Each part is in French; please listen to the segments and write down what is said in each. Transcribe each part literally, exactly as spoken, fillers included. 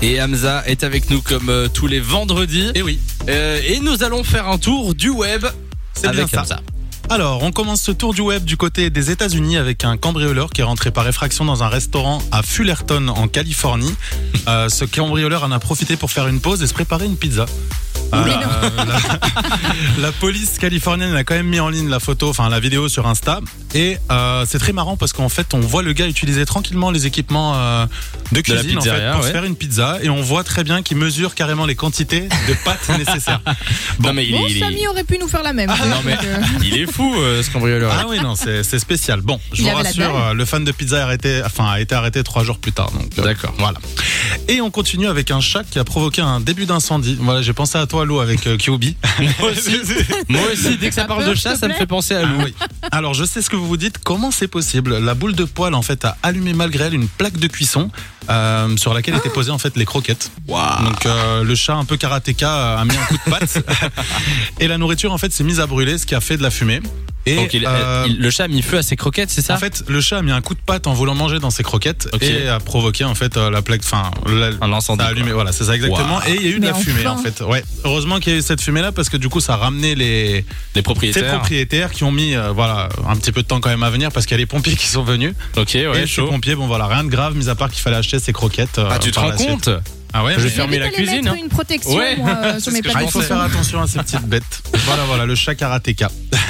Et Hamza est avec nous comme euh, tous les vendredis. Et oui. Euh, et nous allons faire un tour du web C'est avec bien ça. Hamza. Alors, on commence ce tour du web du côté des États-Unis avec un cambrioleur qui est rentré par effraction dans un restaurant à Fullerton en Californie. Euh, ce cambrioleur en a profité pour faire une pause et se préparer une pizza. Euh, la, la police californienne a quand même mis en ligne la photo, enfin la vidéo sur Insta. Et euh, c'est très marrant parce qu'en fait, on voit le gars utiliser tranquillement les équipements euh, de cuisine De en fait, pour ouais. se faire une pizza. Et on voit très bien qu'il mesure carrément les quantités de pâtes nécessaires. Bon, non, mais il, Bon, il, il, Samy aurait pu nous faire la même. Ah, non, mais Donc, euh, il est fou euh, ce cambrioleur. Ah oui, non, c'est, c'est spécial. Bon, je Il vous avait la rassure, dalle. euh, le fan de pizza a, arrêté, enfin, a été arrêté trois jours plus tard. Donc, euh, D'accord. Voilà. Et on continue avec un chat qui a provoqué un début d'incendie. Voilà, j'ai pensé à toi, Lou, avec euh, Q B. Moi aussi. Moi aussi, dès que ça T'as parle peur, de chat, s'il te ça me plaît fait penser à Lou. Ah oui. Alors, je sais ce que vous vous dites. Comment c'est possible? La boule de poêle, en fait, a allumé malgré elle une plaque de cuisson euh, sur laquelle étaient posées en fait les croquettes. Waouh. Donc, euh, le chat, un peu karatéka, a mis un coup de patte et la nourriture, en fait, s'est mise à brûler, ce qui a fait de la fumée. Et Donc il, euh, il- le chat a mis feu à ses croquettes, c'est ça? en fait, le chat a mis un coup de patte en voulant manger dans ses croquettes Ok. et a provoqué en fait euh, la plaque, enfin, la- Un incendie. ça a allumé, quoi. voilà, c'est ça exactement. Wow. Et il y a eu de Mais la fumée enfin. en fait. Ouais. Heureusement qu'il y a eu cette fumée là parce que du coup, ça a ramené les Les ces propriétaires. propriétaires qui ont mis, euh, voilà, un petit peu de temps quand même à venir parce qu'il y a les pompiers qui sont venus. Ok, ouais, et ces chaud. pompiers, bon voilà, rien de grave, mis à part qu'il fallait acheter ses croquettes. euh, Ah, tu te par rends la suite. compte? Ah ouais. Je vais mais- fermer la j'évite d'aller cuisine, mettre hein. une protection Ouais. moi, euh, C'est sur ce mes que je Ah, plaques. il faut pensais. faire attention à ces petites bêtes. Voilà, voilà, le chat karatéka.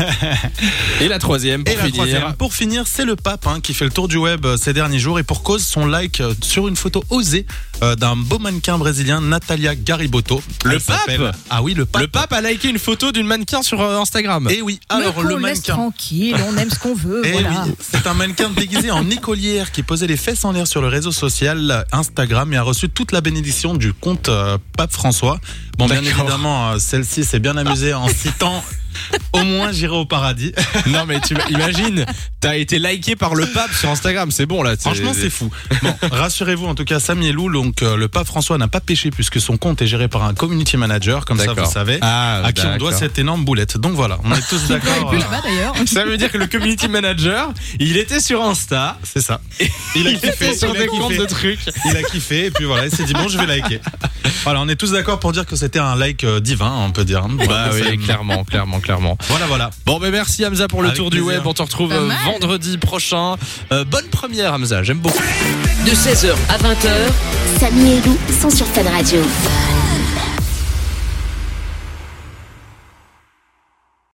Et la troisième, pour Et la finir. troisième, pour finir, c'est le pape hein, qui fait le tour du web euh, ces derniers jours et pour cause son like euh, sur une photo osée euh, d'un beau mannequin brésilien, Natalia Garibotto. Le Elle pape s'appelle- Ah oui, le pape. Le pape a liké une photo d'une mannequin sur euh, Instagram. Et oui, Mais alors qu'on le laisse mannequin. tranquille, on aime ce qu'on veut. Eh voilà. oui, c'est un mannequin déguisé en écolière qui posait les fesses en l'air sur le réseau social Instagram et a reçu toute la bénédiction du compte euh, Pape François. Bon, bien D'accord. évidemment, euh, celle-ci s'est bien amusée en citant au moins j'irai au paradis. Non mais tu imagines, t'as été liké par le pape sur Instagram, c'est bon là. Franchement, c'est fou. Bon, rassurez-vous, en tout cas, Samy et Lou, donc euh, le pape François n'a pas péché puisque son compte est géré par un community manager, comme ça D'accord. vous savez, Ah, à qui on doit d'accord. cette énorme boulette. Donc voilà, on est tous Il d'accord. est plus euh, là-bas d'ailleurs. Ça veut dire que le community manager, il était sur Insta, c'est ça. Il a il était kiffé, sur il a des comptes kiffé. de trucs. Il a kiffé et puis voilà, il s'est dit bon, je vais liker. Voilà, on est tous d'accord pour dire que c'était un like euh, divin, on peut dire. Bah Voilà, oui, c'est- clairement, clairement, clairement. Voilà, voilà. Bon ben merci Hamza pour le Avec tour du plaisir. web, on te retrouve Pas euh, mal. vendredi prochain. Euh, bonne première Hamza, j'aime beaucoup. De seize heures à vingt heures, Samy et Lou sont sur Fun Radio.